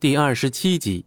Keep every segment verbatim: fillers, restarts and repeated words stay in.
第二十七集。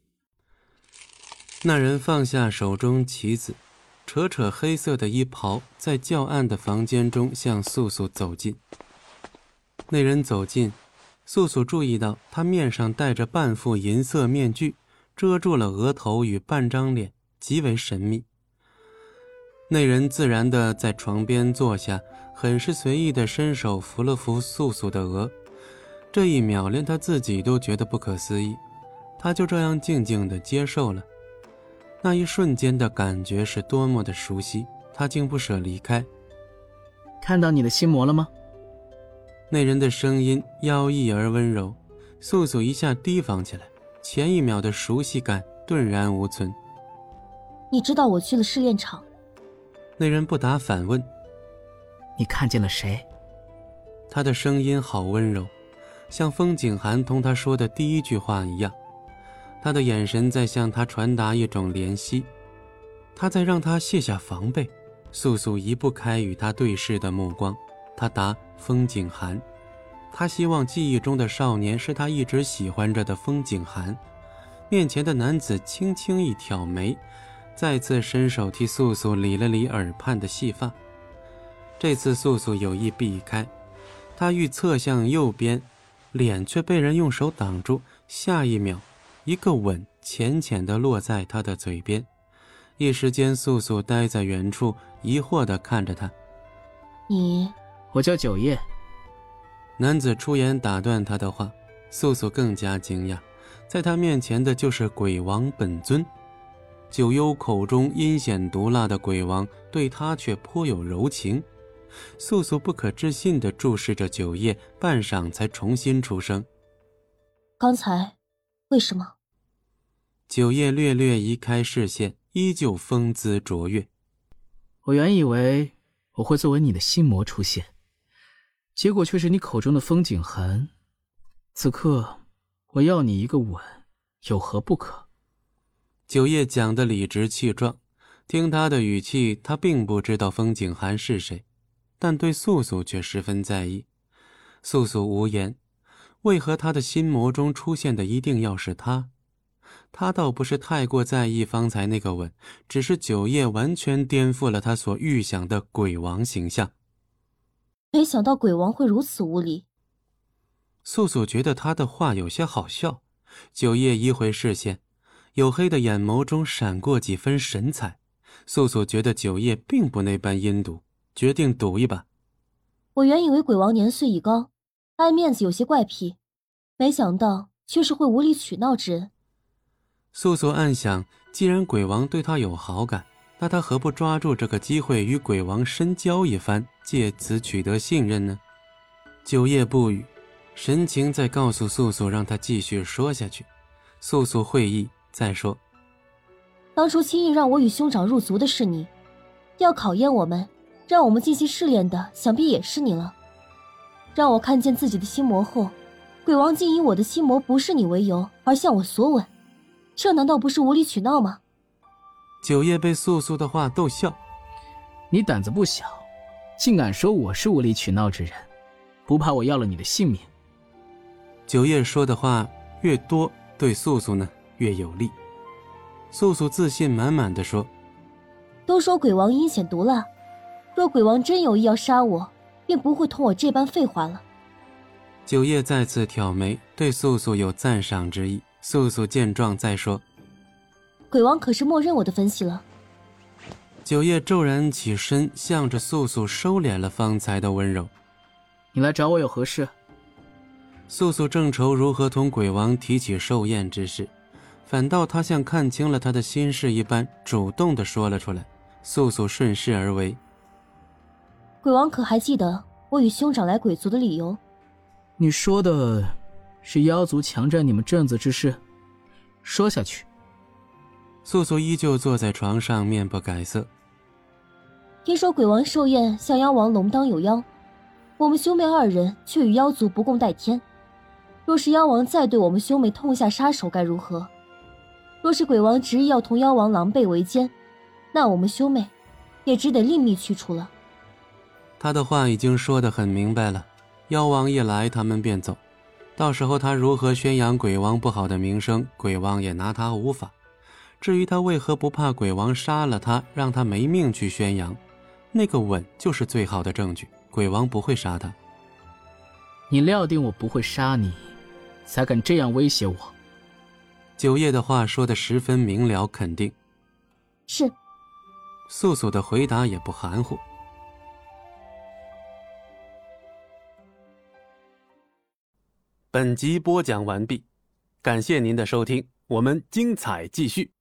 那人放下手中棋子，扯扯黑色的衣袍，在较暗的房间中向素素走近。那人走近，素素注意到他面上戴着半副银色面具，遮住了额头与半张脸，极为神秘。那人自然地在床边坐下，很是随意地伸手扶了扶素素的额。这一秒连他自己都觉得不可思议，他就这样静静地接受了。那一瞬间的感觉是多么的熟悉，他竟不舍离开。 看到你的心魔了吗？ 那人的声音妖异而温柔，素素一下提防起来，前一秒的熟悉感顿然无存。 你知道我去了试炼场？ 那人不答反问。 你看见了谁？ 他的声音好温柔，像风景寒同他说的第一句话一样，他的眼神在向他传达一种怜惜，他在让他卸下防备。素素移不开与他对视的目光，他答风景寒。他希望记忆中的少年是他一直喜欢着的风景寒。面前的男子轻轻一挑眉，再次伸手替素素理了理耳畔的细发。这次素素有意避开，他欲侧向右边，脸却被人用手挡住，下一秒一个吻浅浅地落在他的嘴边。一时间素素呆在原处，疑惑地看着他。 你…… 我叫九叶。 男子出言打断他的话，素素更加惊讶，在他面前的就是鬼王本尊。九幽口中阴险毒辣的鬼王对他却颇有柔情。素素不可置信地注视着九叶，半晌才重新出声。 刚才为什么？ 九叶略略移开视线，依旧风姿卓越。 我原以为我会作为你的心魔出现，结果却是你口中的风景寒。此刻我要你一个吻，有何不可？ 九叶讲得理直气壮，听他的语气，他并不知道风景寒是谁，但对素素却十分在意。素素无言，为何他的心魔中出现的一定要是他？他倒不是太过在意方才那个吻，只是九叶完全颠覆了他所预想的鬼王形象。 没想到鬼王会如此无礼。 素素觉得他的话有些好笑。九叶移回视线，黝黑的眼眸中闪过几分神采。素素觉得九叶并不那般阴毒，决定赌一把。 我原以为鬼王年岁已高，爱面子有些怪癖，没想到却是会无理取闹之人。 素素暗想，既然鬼王对他有好感，那他何不抓住这个机会与鬼王深交一番，借此取得信任呢？九叶不语，神情在告诉素素让他继续说下去。素素会意，再说， 当初轻易让我与兄长入族的是你，要考验我们，让我们进行试炼的想必也是你了。让我看见自己的心魔后，鬼王竟以我的心魔不是你为由而向我索吻，这难道不是无理取闹吗？ 九叶被素素的话逗笑。 你胆子不小，竟敢说我是无理取闹之人，不怕我要了你的性命？ 九叶说的话越多，对素素呢越有利。素素自信满满地说， 都说鬼王阴险毒辣，若鬼王真有意要杀我，便不会同我这般废话了。 九叶再次挑眉，对素素有赞赏之意。素素见状再说， 鬼王可是默认我的分析了。 九叶骤然起身，向着素素收敛了方才的温柔。 你来找我有何事？ 素素正愁如何同鬼王提起寿宴之事，反倒他像看清了他的心事一般，主动地说了出来。素素顺势而为。 鬼王可还记得我与兄长来鬼族的理由？ 你说的是妖族强占你们镇子之事？说下去。 素素依旧坐在床上，面不改色。 听说鬼王寿宴向妖王龙当有妖，我们兄妹二人却与妖族不共戴天。若是妖王再对我们兄妹痛下杀手该如何？若是鬼王执意要同妖王狼狈为奸，那我们兄妹也只得另觅去处了。 他的话已经说得很明白了，妖王一来他们便走。 到时候他如何宣扬鬼王不好的名声，鬼王也拿他无法。至于他为何不怕鬼王杀了他，让他没命去宣扬，那个吻就是最好的证据，鬼王不会杀他。 你料定我不会杀你，才敢这样威胁我？ 九叶的话说得十分明了肯定。 是。 素素的回答也不含糊。本集播讲完毕，感谢您的收听，我们精彩继续。